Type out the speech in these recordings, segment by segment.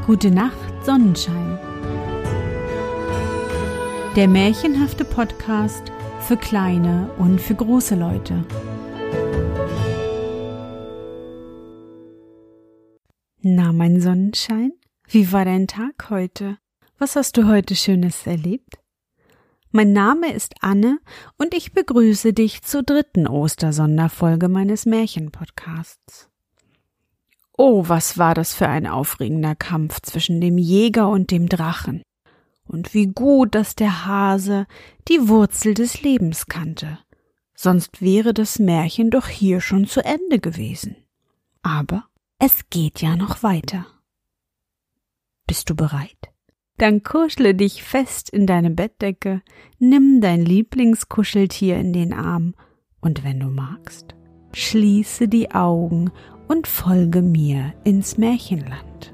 Gute Nacht, Sonnenschein. Der märchenhafte Podcast für kleine und für große Leute. Na, mein Sonnenschein, wie war dein Tag heute? Was hast du heute Schönes erlebt? Mein Name ist Anne und ich begrüße dich zur 3. Ostersonderfolge meines Märchenpodcasts. Oh, was war das für ein aufregender Kampf zwischen dem Jäger und dem Drachen. Und wie gut, dass der Hase die Wurzel des Lebens kannte. Sonst wäre das Märchen doch hier schon zu Ende gewesen. Aber es geht ja noch weiter. Bist du bereit? Dann kuschle dich fest in deine Bettdecke, nimm dein Lieblingskuscheltier in den Arm und wenn du magst, schließe die Augen und folge mir ins Märchenland.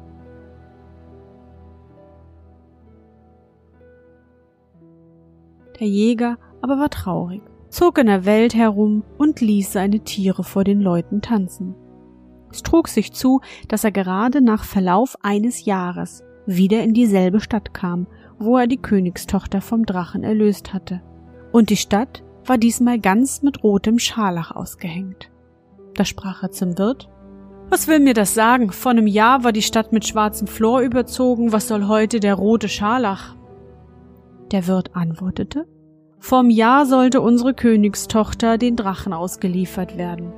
Der Jäger aber war traurig, zog in der Welt herum und ließ seine Tiere vor den Leuten tanzen. Es trug sich zu, dass er gerade nach Verlauf eines Jahres wieder in dieselbe Stadt kam, wo er die Königstochter vom Drachen erlöst hatte. Und die Stadt war diesmal ganz mit rotem Scharlach ausgehängt. Da sprach er zum Wirt: »Was will mir das sagen? Vor einem Jahr war die Stadt mit schwarzem Flor überzogen, was soll heute der rote Scharlach?« Der Wirt antwortete: »Vorm Jahr sollte unsere Königstochter den Drachen ausgeliefert werden.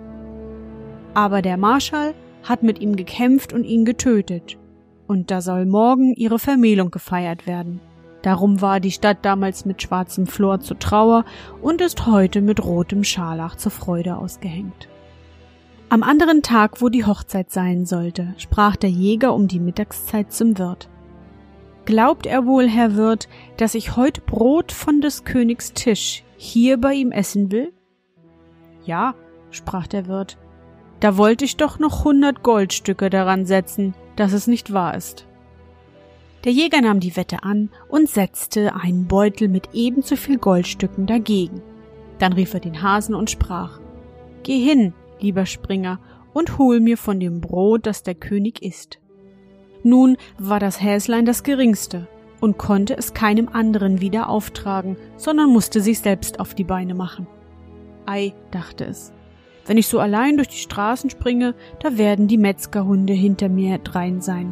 Aber der Marschall hat mit ihm gekämpft und ihn getötet. Und da soll morgen ihre Vermählung gefeiert werden. Darum war die Stadt damals mit schwarzem Flor zur Trauer und ist heute mit rotem Scharlach zur Freude ausgehängt.« Am anderen Tag, wo die Hochzeit sein sollte, sprach der Jäger um die Mittagszeit zum Wirt: »Glaubt er wohl, Herr Wirt, dass ich heut Brot von des Königs Tisch hier bei ihm essen will?« »Ja«, sprach der Wirt, »da wollte ich doch noch 100 Goldstücke daran setzen, dass es nicht wahr ist.« Der Jäger nahm die Wette an und setzte einen Beutel mit ebenso viel Goldstücken dagegen. Dann rief er den Hasen und sprach: »Geh hin, lieber Springer, und hol mir von dem Brot, das der König isst.« Nun war das Häslein das geringste und konnte es keinem anderen wieder auftragen, sondern musste sich selbst auf die Beine machen. »Ei«, dachte es, »wenn ich so allein durch die Straßen springe, da werden die Metzgerhunde hinter mir drein sein.«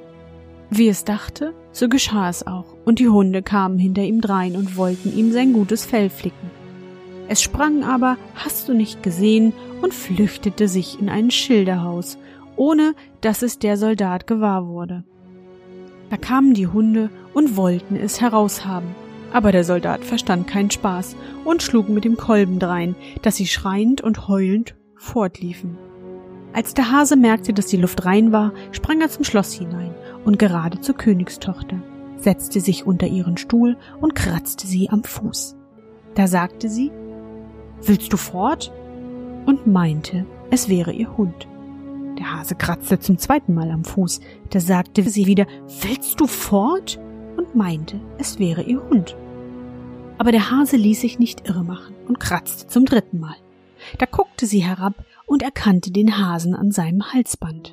Wie es dachte, so geschah es auch, und die Hunde kamen hinter ihm drein und wollten ihm sein gutes Fell flicken. Es sprang aber, hast du nicht gesehen, und flüchtete sich in ein Schilderhaus, ohne dass es der Soldat gewahr wurde. Da kamen die Hunde und wollten es heraushaben, aber der Soldat verstand keinen Spaß und schlug mit dem Kolben drein, dass sie schreiend und heulend fortliefen. Als der Hase merkte, dass die Luft rein war, sprang er zum Schloss hinein und gerade zur Königstochter, setzte sich unter ihren Stuhl und kratzte sie am Fuß. Da sagte sie: »Willst du fort?« und meinte, es wäre ihr Hund. Der Hase kratzte zum 2. Mal am Fuß. Da sagte sie wieder: »Willst du fort?« und meinte, es wäre ihr Hund. Aber der Hase ließ sich nicht irre machen und kratzte zum 3. Mal. Da guckte sie herab und erkannte den Hasen an seinem Halsband.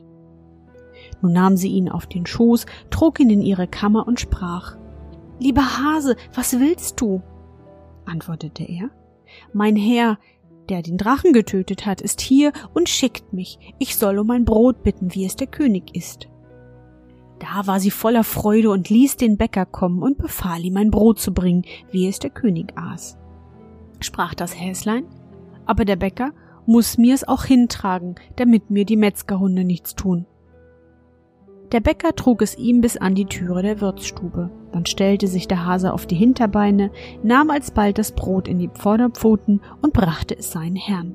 Nun nahm sie ihn auf den Schoß, trug ihn in ihre Kammer und sprach: »Lieber Hase, was willst du?« Antwortete er: »Mein Herr, der den Drachen getötet hat, ist hier und schickt mich. Ich soll um ein Brot bitten, wie es der König isst.« Da war sie voller Freude und ließ den Bäcker kommen und befahl ihm, ein Brot zu bringen, wie es der König aß. Sprach das Häslein: »Aber der Bäcker muß mir's auch hintragen, damit mir die Metzgerhunde nichts tun.« Der Bäcker trug es ihm bis an die Türe der Wirtsstube. Dann stellte sich der Hase auf die Hinterbeine, nahm alsbald das Brot in die Vorderpfoten und brachte es seinen Herrn.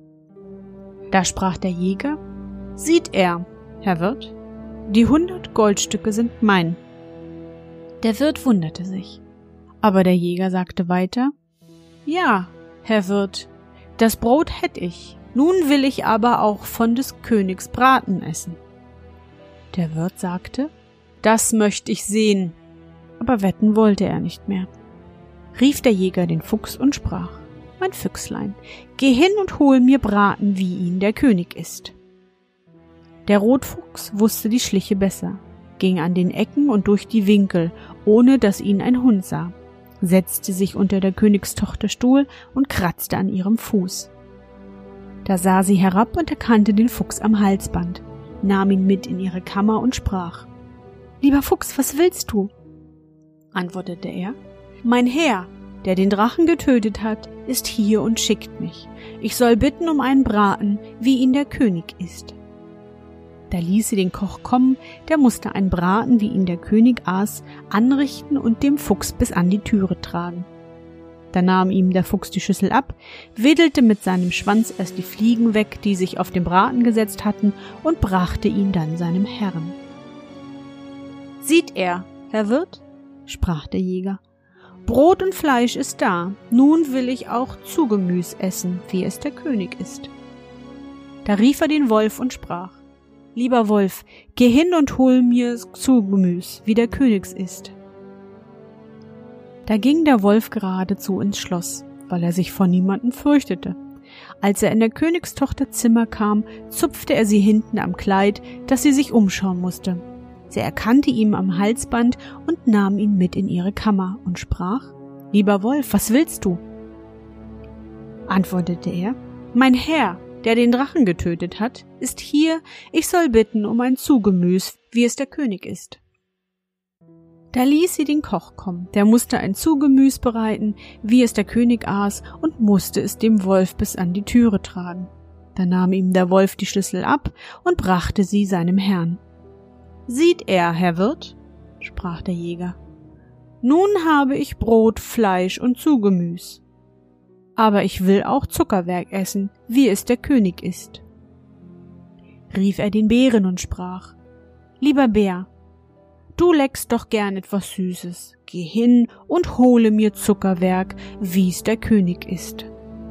Da sprach der Jäger: »Sieht er, Herr Wirt, die 100 Goldstücke sind mein.« Der Wirt wunderte sich, aber der Jäger sagte weiter: »Ja, Herr Wirt, das Brot hätt ich, nun will ich aber auch von des Königs Braten essen.« Der Wirt sagte: »Das möcht ich sehen«, aber wetten wollte er nicht mehr. Rief der Jäger den Fuchs und sprach: »Mein Füchslein, geh hin und hol mir Braten, wie ihn der König isst.« Der Rotfuchs wusste die Schliche besser. ging an den Ecken und durch die Winkel, ohne dass ihn ein Hund sah, setzte sich unter der Königstochter Stuhl und kratzte an ihrem Fuß. Da sah sie herab und erkannte den Fuchs am Halsband, nahm ihn mit in ihre Kammer und sprach: »Lieber Fuchs, was willst du?« Antwortete er: »Mein Herr, der den Drachen getötet hat, ist hier und schickt mich. Ich soll bitten um einen Braten, wie ihn der König isst.« Da ließ sie den Koch kommen, der musste einen Braten, wie ihn der König aß, anrichten und dem Fuchs bis an die Türe tragen. Da nahm ihm der Fuchs die Schüssel ab, wedelte mit seinem Schwanz erst die Fliegen weg, die sich auf den Braten gesetzt hatten, und brachte ihn dann seinem Herrn. »Sieht er, Herr Wirt«, sprach der Jäger, »Brot und Fleisch ist da, nun will ich auch Zugemüs essen, wie es der König isst.« Da rief er den Wolf und sprach: »Lieber Wolf, geh hin und hol mir Zugemüs, wie der Königs isst.« Da ging der Wolf geradezu ins Schloss, weil er sich vor niemanden fürchtete. Als er in der Königstochter Zimmer kam, zupfte er sie hinten am Kleid, dass sie sich umschauen musste. Sie erkannte ihn am Halsband und nahm ihn mit in ihre Kammer und sprach: »Lieber Wolf, was willst du?« Antwortete er: »Mein Herr, der den Drachen getötet hat, ist hier, ich soll bitten um ein Zugemüs, wie es der König isst.« Da ließ sie den Koch kommen, der musste ein Zugemüs bereiten, wie es der König aß, und musste es dem Wolf bis an die Türe tragen. Da nahm ihm der Wolf die Schlüssel ab und brachte sie seinem Herrn. »Sieht er, Herr Wirt«, sprach der Jäger, »nun habe ich Brot, Fleisch und Zugemüs. Aber ich will auch Zuckerwerk essen, wie es der König isst.« Rief er den Bären und sprach: »Lieber Bär, du leckst doch gern etwas Süßes. Geh hin und hole mir Zuckerwerk, wie's der König isst.«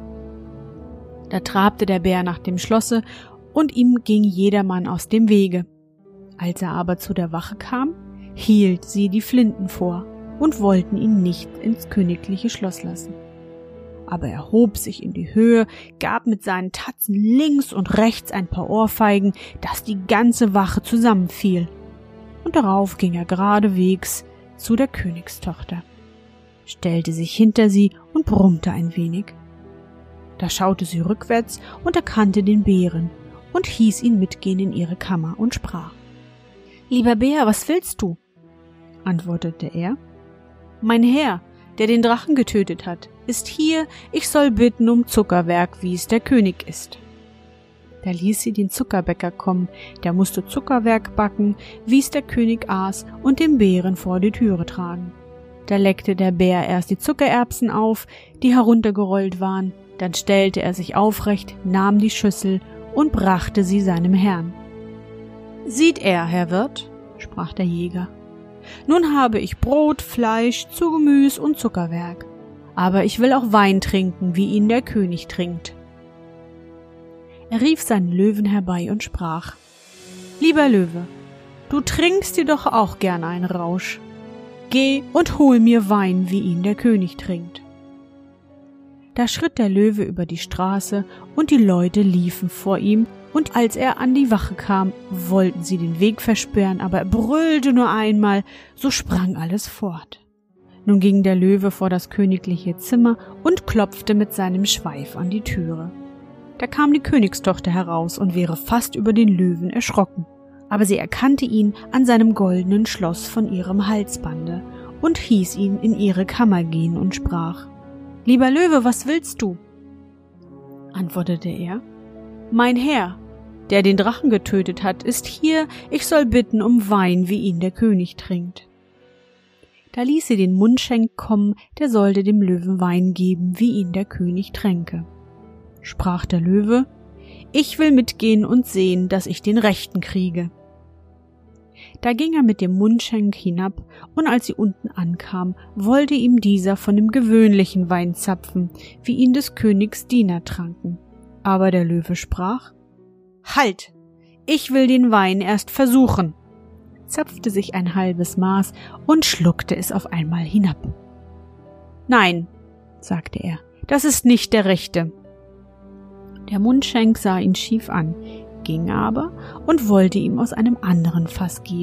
Da trabte der Bär nach dem Schlosse, und ihm ging jedermann aus dem Wege. Als er aber zu der Wache kam, hielt sie die Flinten vor und wollten ihn nicht ins königliche Schloss lassen. Aber er hob sich in die Höhe, gab mit seinen Tatzen links und rechts ein paar Ohrfeigen, dass die ganze Wache zusammenfiel. Und darauf ging er geradewegs zu der Königstochter, stellte sich hinter sie und brummte ein wenig. Da schaute sie rückwärts und erkannte den Bären und hieß ihn mitgehen in ihre Kammer und sprach: »Lieber Bär, was willst du?« Antwortete er: »Mein Herr, der den Drachen getötet hat, ist hier, ich soll bitten um Zuckerwerk, wie es der König isst.« Da ließ sie den Zuckerbäcker kommen, der musste Zuckerwerk backen, wie es der König aß, und den Bären vor die Türe tragen. Da leckte der Bär erst die Zuckererbsen auf, die heruntergerollt waren, dann stellte er sich aufrecht, nahm die Schüssel und brachte sie seinem Herrn. »Sieht er, Herr Wirt«, sprach der Jäger, »nun habe ich Brot, Fleisch, Zugemüs und Zuckerwerk, aber ich will auch Wein trinken, wie ihn der König trinkt.« Er rief seinen Löwen herbei und sprach: »Lieber Löwe, du trinkst dir doch auch gern einen Rausch. Geh und hol mir Wein, wie ihn der König trinkt.« Da schritt der Löwe über die Straße, und die Leute liefen vor ihm, und als er an die Wache kam, wollten sie den Weg versperren, aber er brüllte nur einmal, so sprang alles fort. Nun ging der Löwe vor das königliche Zimmer und klopfte mit seinem Schweif an die Türe. Da kam die Königstochter heraus und wäre fast über den Löwen erschrocken, aber sie erkannte ihn an seinem goldenen Schloss von ihrem Halsbande und hieß ihn in ihre Kammer gehen und sprach: »Lieber Löwe, was willst du?« Antwortete er: »Mein Herr, der den Drachen getötet hat, ist hier, ich soll bitten um Wein, wie ihn der König trinkt.« Da ließ sie den Mundschenk kommen, der sollte dem Löwen Wein geben, wie ihn der König tränke. Sprach der Löwe: »Ich will mitgehen und sehen, dass ich den Rechten kriege.« Da ging er mit dem Mundschenk hinab, und als sie unten ankam, wollte ihm dieser von dem gewöhnlichen Wein zapfen, wie ihn des Königs Diener tranken. Aber der Löwe sprach: »Halt! Ich will den Wein erst versuchen«, zapfte sich ein halbes Maß und schluckte es auf einmal hinab. »Nein«, sagte er, »das ist nicht der Rechte.« Der Mundschenk sah ihn schief an, ging aber und wollte ihm aus einem anderen Fass geben.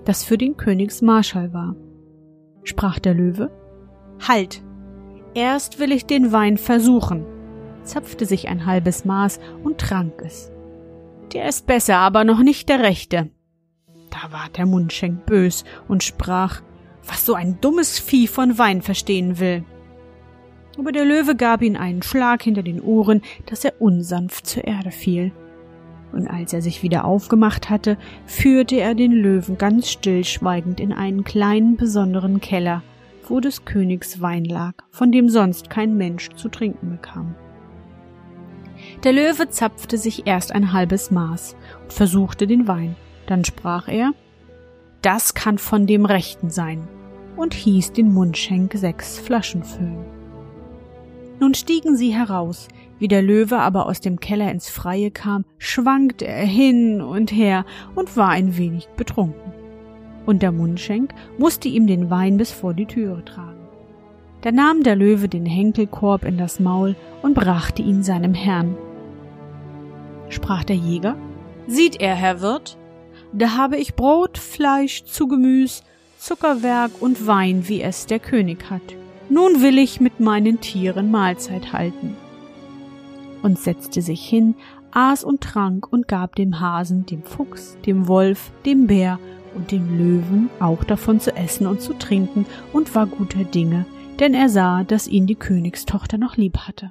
das für den Königsmarschall war. Sprach der Löwe: »Halt! Erst will ich den Wein versuchen«, zapfte sich ein halbes Maß und trank es. »Der ist besser, aber noch nicht der rechte.« Da ward der Mundschenk bös und sprach: »Was so ein dummes Vieh von Wein verstehen will.« Aber der Löwe gab ihm einen Schlag hinter den Ohren, dass er unsanft zur Erde fiel. Und als er sich wieder aufgemacht hatte, führte er den Löwen ganz stillschweigend in einen kleinen, besonderen Keller, wo des Königs Wein lag, von dem sonst kein Mensch zu trinken bekam. Der Löwe zapfte sich erst ein halbes Maß und versuchte den Wein. Dann sprach er: »Das kann von dem Rechten sein«, und hieß den Mundschenk 6 Flaschen füllen. Nun stiegen sie heraus. Wie der Löwe aber aus dem Keller ins Freie kam, schwankte er hin und her und war ein wenig betrunken. Und der Mundschenk musste ihm den Wein bis vor die Türe tragen. Da nahm der Löwe den Henkelkorb in das Maul und brachte ihn seinem Herrn. Sprach der Jäger: »Sieht er, Herr Wirt, da habe ich Brot, Fleisch, Zugemüs, Zuckerwerk und Wein, wie es der König hat. Nun will ich mit meinen Tieren Mahlzeit halten.« Und setzte sich hin, aß und trank und gab dem Hasen, dem Fuchs, dem Wolf, dem Bär und dem Löwen auch davon zu essen und zu trinken und war guter Dinge, denn er sah, dass ihn die Königstochter noch lieb hatte.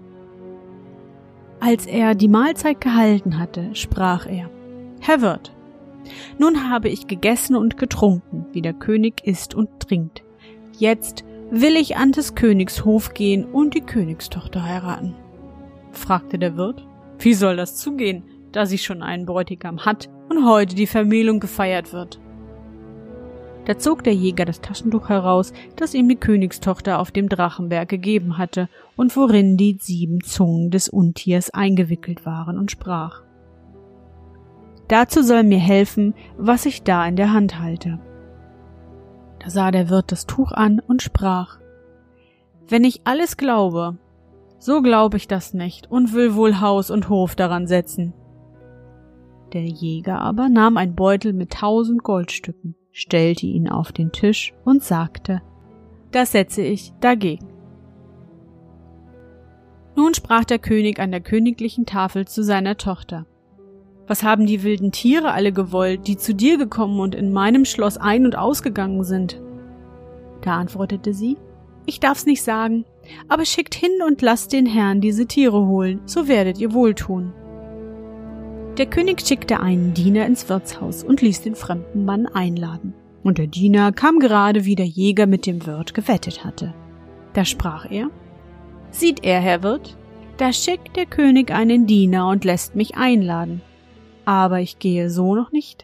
Als er die Mahlzeit gehalten hatte, sprach er: »Herr Wirt, nun habe ich gegessen und getrunken, wie der König isst und trinkt. Jetzt will ich an des Königs Hof gehen und die Königstochter heiraten.« Fragte der Wirt: »Wie soll das zugehen, da sie schon einen Bräutigam hat und heute die Vermählung gefeiert wird?« Da zog der Jäger das Taschentuch heraus, das ihm die Königstochter auf dem Drachenberg gegeben hatte und worin die 7 Zungen des Untiers eingewickelt waren, und sprach: »Dazu soll mir helfen, was ich da in der Hand halte.« Da sah der Wirt das Tuch an und sprach: »Wenn ich alles glaube, so glaube ich das nicht und will wohl Haus und Hof daran setzen.« Der Jäger aber nahm einen Beutel mit 1000 Goldstücken, stellte ihn auf den Tisch und sagte: »Das setze ich dagegen.« Nun sprach der König an der königlichen Tafel zu seiner Tochter: »Was haben die wilden Tiere alle gewollt, die zu dir gekommen und in meinem Schloss ein- und ausgegangen sind?« Da antwortete sie: »Ich darf's nicht sagen, aber schickt hin und lasst den Herrn diese Tiere holen, so werdet ihr wohltun.« Der König schickte einen Diener ins Wirtshaus und ließ den fremden Mann einladen. Und der Diener kam gerade, wie der Jäger mit dem Wirt gewettet hatte. Da sprach er: »Sieht er, Herr Wirt, da schickt der König einen Diener und lässt mich einladen. Aber ich gehe so noch nicht.«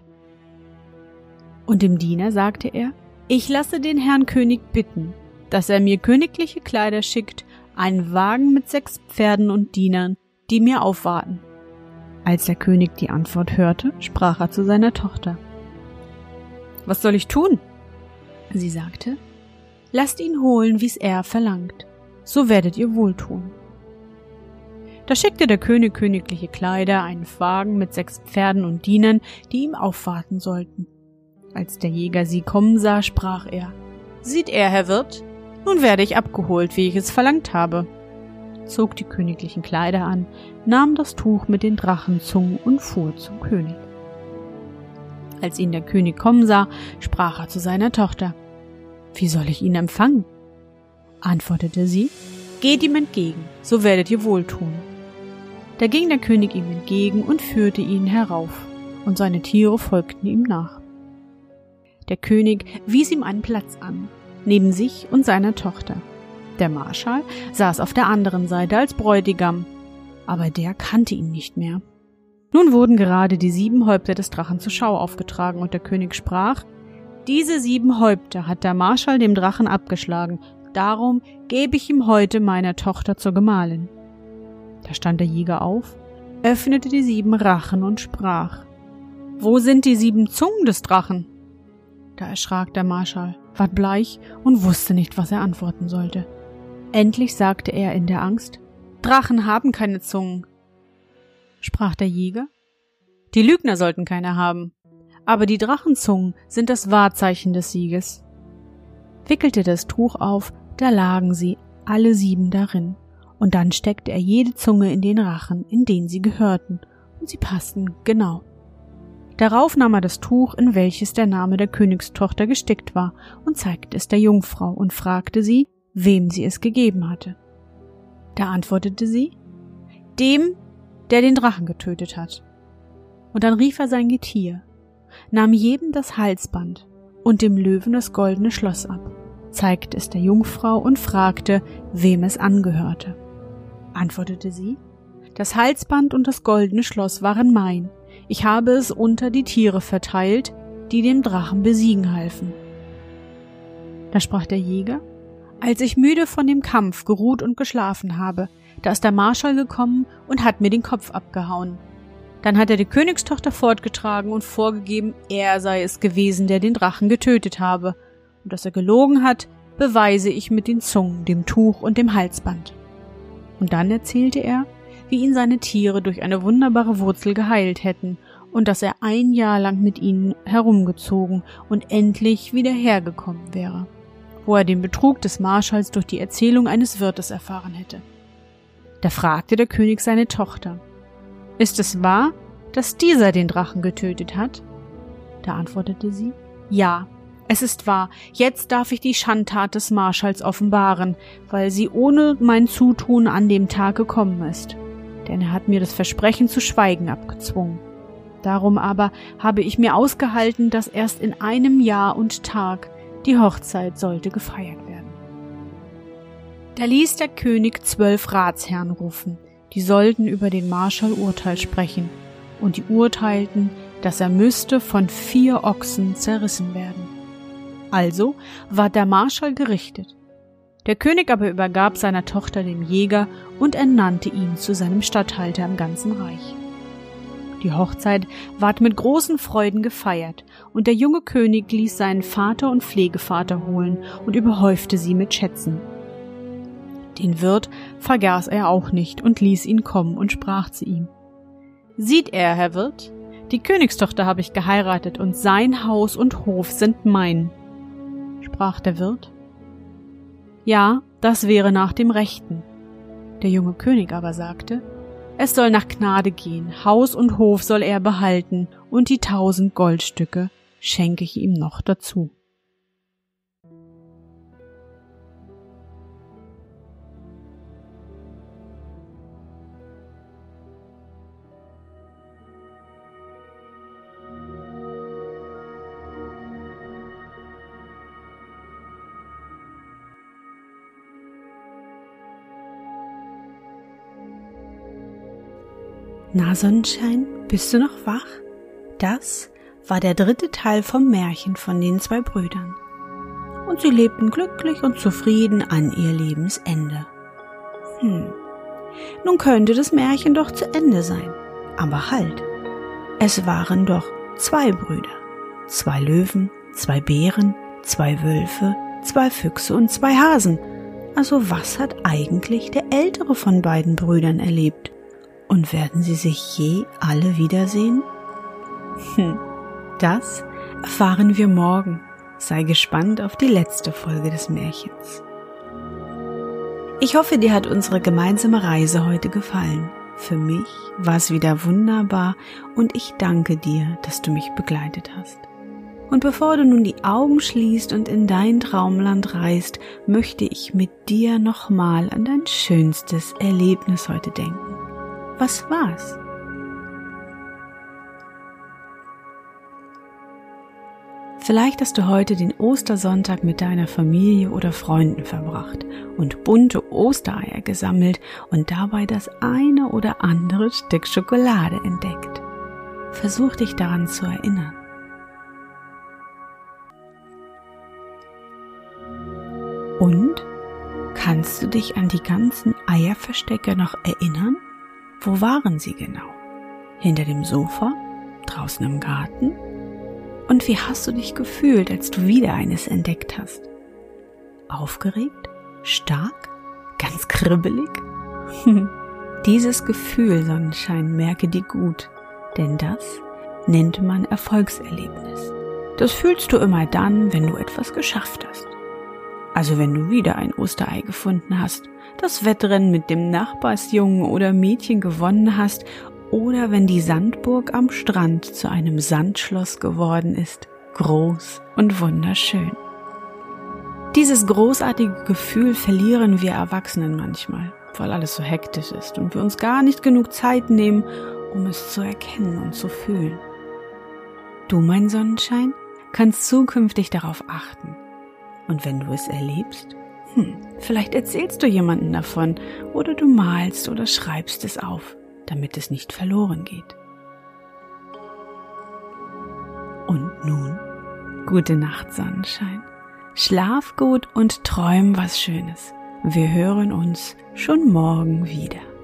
Und dem Diener sagte er: »Ich lasse den Herrn König bitten, dass er mir königliche Kleider schickt, einen Wagen mit 6 Pferden und Dienern, die mir aufwarten.« Als der König die Antwort hörte, sprach er zu seiner Tochter: »Was soll ich tun?« Sie sagte: »Lasst ihn holen, wie's er verlangt, so werdet ihr wohltun.« Da schickte der König königliche Kleider, einen Wagen mit 6 Pferden und Dienern, die ihm aufwarten sollten. Als der Jäger sie kommen sah, sprach er: »Sieht er, Herr Wirt, nun werde ich abgeholt, wie ich es verlangt habe.« Zog die königlichen Kleider an, nahm das Tuch mit den Drachenzungen und fuhr zum König. Als ihn der König kommen sah, sprach er zu seiner Tochter: »Wie soll ich ihn empfangen?« Antwortete sie: »Geht ihm entgegen, so werdet ihr wohltun.« Da ging der König ihm entgegen und führte ihn herauf, und seine Tiere folgten ihm nach. Der König wies ihm einen Platz an, neben sich und seiner Tochter. Der Marschall saß auf der anderen Seite als Bräutigam, aber der kannte ihn nicht mehr. Nun wurden gerade die 7 Häupter des Drachen zur Schau aufgetragen, und der König sprach: »Diese 7 Häupter hat der Marschall dem Drachen abgeschlagen, darum gebe ich ihm heute meiner Tochter zur Gemahlin.« Da stand der Jäger auf, öffnete die 7 Rachen und sprach: »Wo sind die 7 Zungen des Drachen?« Da erschrak der Marschall, ward bleich und wusste nicht, was er antworten sollte. Endlich sagte er in der Angst: »Drachen haben keine Zungen.« Sprach der Jäger: »Die Lügner sollten keine haben. aber die Drachenzungen sind das Wahrzeichen des Sieges. Wickelte das Tuch auf, da lagen sie, alle 7 darin, und dann steckte er jede Zunge in den Rachen, in den sie gehörten, und sie passten genau. Darauf nahm er das Tuch, in welches der Name der Königstochter gestickt war, und zeigte es der Jungfrau und fragte sie, wem sie es gegeben hatte. Da antwortete sie, dem, der den Drachen getötet hat. Und dann rief er sein Getier, nahm jedem das Halsband und dem Löwen das goldene Schloss ab, zeigte es der Jungfrau und fragte, wem es angehörte. Antwortete sie, das Halsband und das goldene Schloss waren mein, ich habe es unter die Tiere verteilt, die dem Drachen besiegen halfen. Da sprach der Jäger, als ich müde von dem Kampf geruht und geschlafen habe, da ist der Marschall gekommen und hat mir den Kopf abgehauen. Dann hat er die Königstochter fortgetragen und vorgegeben, er sei es gewesen, der den Drachen getötet habe, und dass er gelogen hat, beweise ich mit den Zungen, dem Tuch und dem Halsband. Und dann erzählte er, wie ihn seine Tiere durch eine wunderbare Wurzel geheilt hätten und dass er 1 Jahr lang mit ihnen herumgezogen und endlich wieder hergekommen wäre, wo er den Betrug des Marschalls durch die Erzählung eines Wirtes erfahren hätte. Da fragte der König seine Tochter, ist es wahr, dass dieser den Drachen getötet hat? Da antwortete sie, ja, es ist wahr, jetzt darf ich die Schandtat des Marschalls offenbaren, weil sie ohne mein Zutun an dem Tag gekommen ist. Denn er hat mir das Versprechen zu schweigen abgezwungen. Darum aber habe ich mir ausgehalten, dass erst in 1 Jahr und Tag die Hochzeit sollte gefeiert werden. Da ließ der König 12 Ratsherren rufen, die sollten über den Marschall Urteil sprechen, und die urteilten, dass er müsste von 4 Ochsen zerrissen werden. Also ward der Marschall gerichtet. Der König aber übergab seiner Tochter dem Jäger und ernannte ihn zu seinem Statthalter im ganzen Reich. Die Hochzeit ward mit großen Freuden gefeiert, und der junge König ließ seinen Vater und Pflegevater holen und überhäufte sie mit Schätzen. Den Wirt vergaß er auch nicht und ließ ihn kommen und sprach zu ihm, »Sieht er, Herr Wirt, die Königstochter habe ich geheiratet und sein Haus und Hof sind mein.« Sprach der Wirt, »Ja, das wäre nach dem Rechten.« Der junge König aber sagte, »Es soll nach Gnade gehen, Haus und Hof soll er behalten, und die 1000 Goldstücke schenke ich ihm noch dazu.« Na, Sonnenschein, bist du noch wach? Das war der 3. Teil vom Märchen von den 2 Brüdern. Und sie lebten glücklich und zufrieden an ihr Lebensende. Nun könnte das Märchen doch zu Ende sein. Aber halt, es waren doch 2 Brüder. 2 Löwen, 2 Bären, 2 Wölfe, 2 Füchse und 2 Hasen. Also was hat eigentlich der ältere von beiden Brüdern erlebt? Und werden sie sich je alle wiedersehen? Das erfahren wir morgen. Sei gespannt auf die letzte Folge des Märchens. Ich hoffe, dir hat unsere gemeinsame Reise heute gefallen. Für mich war es wieder wunderbar und ich danke dir, dass du mich begleitet hast. Und bevor du nun die Augen schließt und in dein Traumland reist, möchte ich mit dir nochmal an dein schönstes Erlebnis heute denken. Was war's? Vielleicht hast du heute den Ostersonntag mit deiner Familie oder Freunden verbracht und bunte Ostereier gesammelt und dabei das eine oder andere Stück Schokolade entdeckt. Versuch dich daran zu erinnern. Und kannst du dich an die ganzen Eierverstecke noch erinnern? Wo waren sie genau? Hinter dem Sofa? Draußen im Garten? Und wie hast du dich gefühlt, als du wieder eines entdeckt hast? Aufgeregt? Stark? Ganz kribbelig? Dieses Gefühl, Sonnenschein, merke dir gut, denn das nennt man Erfolgserlebnis. Das fühlst du immer dann, wenn du etwas geschafft hast. Also wenn du wieder ein Osterei gefunden hast, das Wettrennen mit dem Nachbarsjungen oder Mädchen gewonnen hast oder wenn die Sandburg am Strand zu einem Sandschloss geworden ist, groß und wunderschön. Dieses großartige Gefühl verlieren wir Erwachsenen manchmal, weil alles so hektisch ist und wir uns gar nicht genug Zeit nehmen, um es zu erkennen und zu fühlen. Du, mein Sonnenschein, kannst zukünftig darauf achten. Und wenn du es erlebst, vielleicht erzählst du jemanden davon oder du malst oder schreibst es auf, damit es nicht verloren geht. Und nun, gute Nacht, Sonnenschein. Schlaf gut und träum was Schönes. Wir hören uns schon morgen wieder.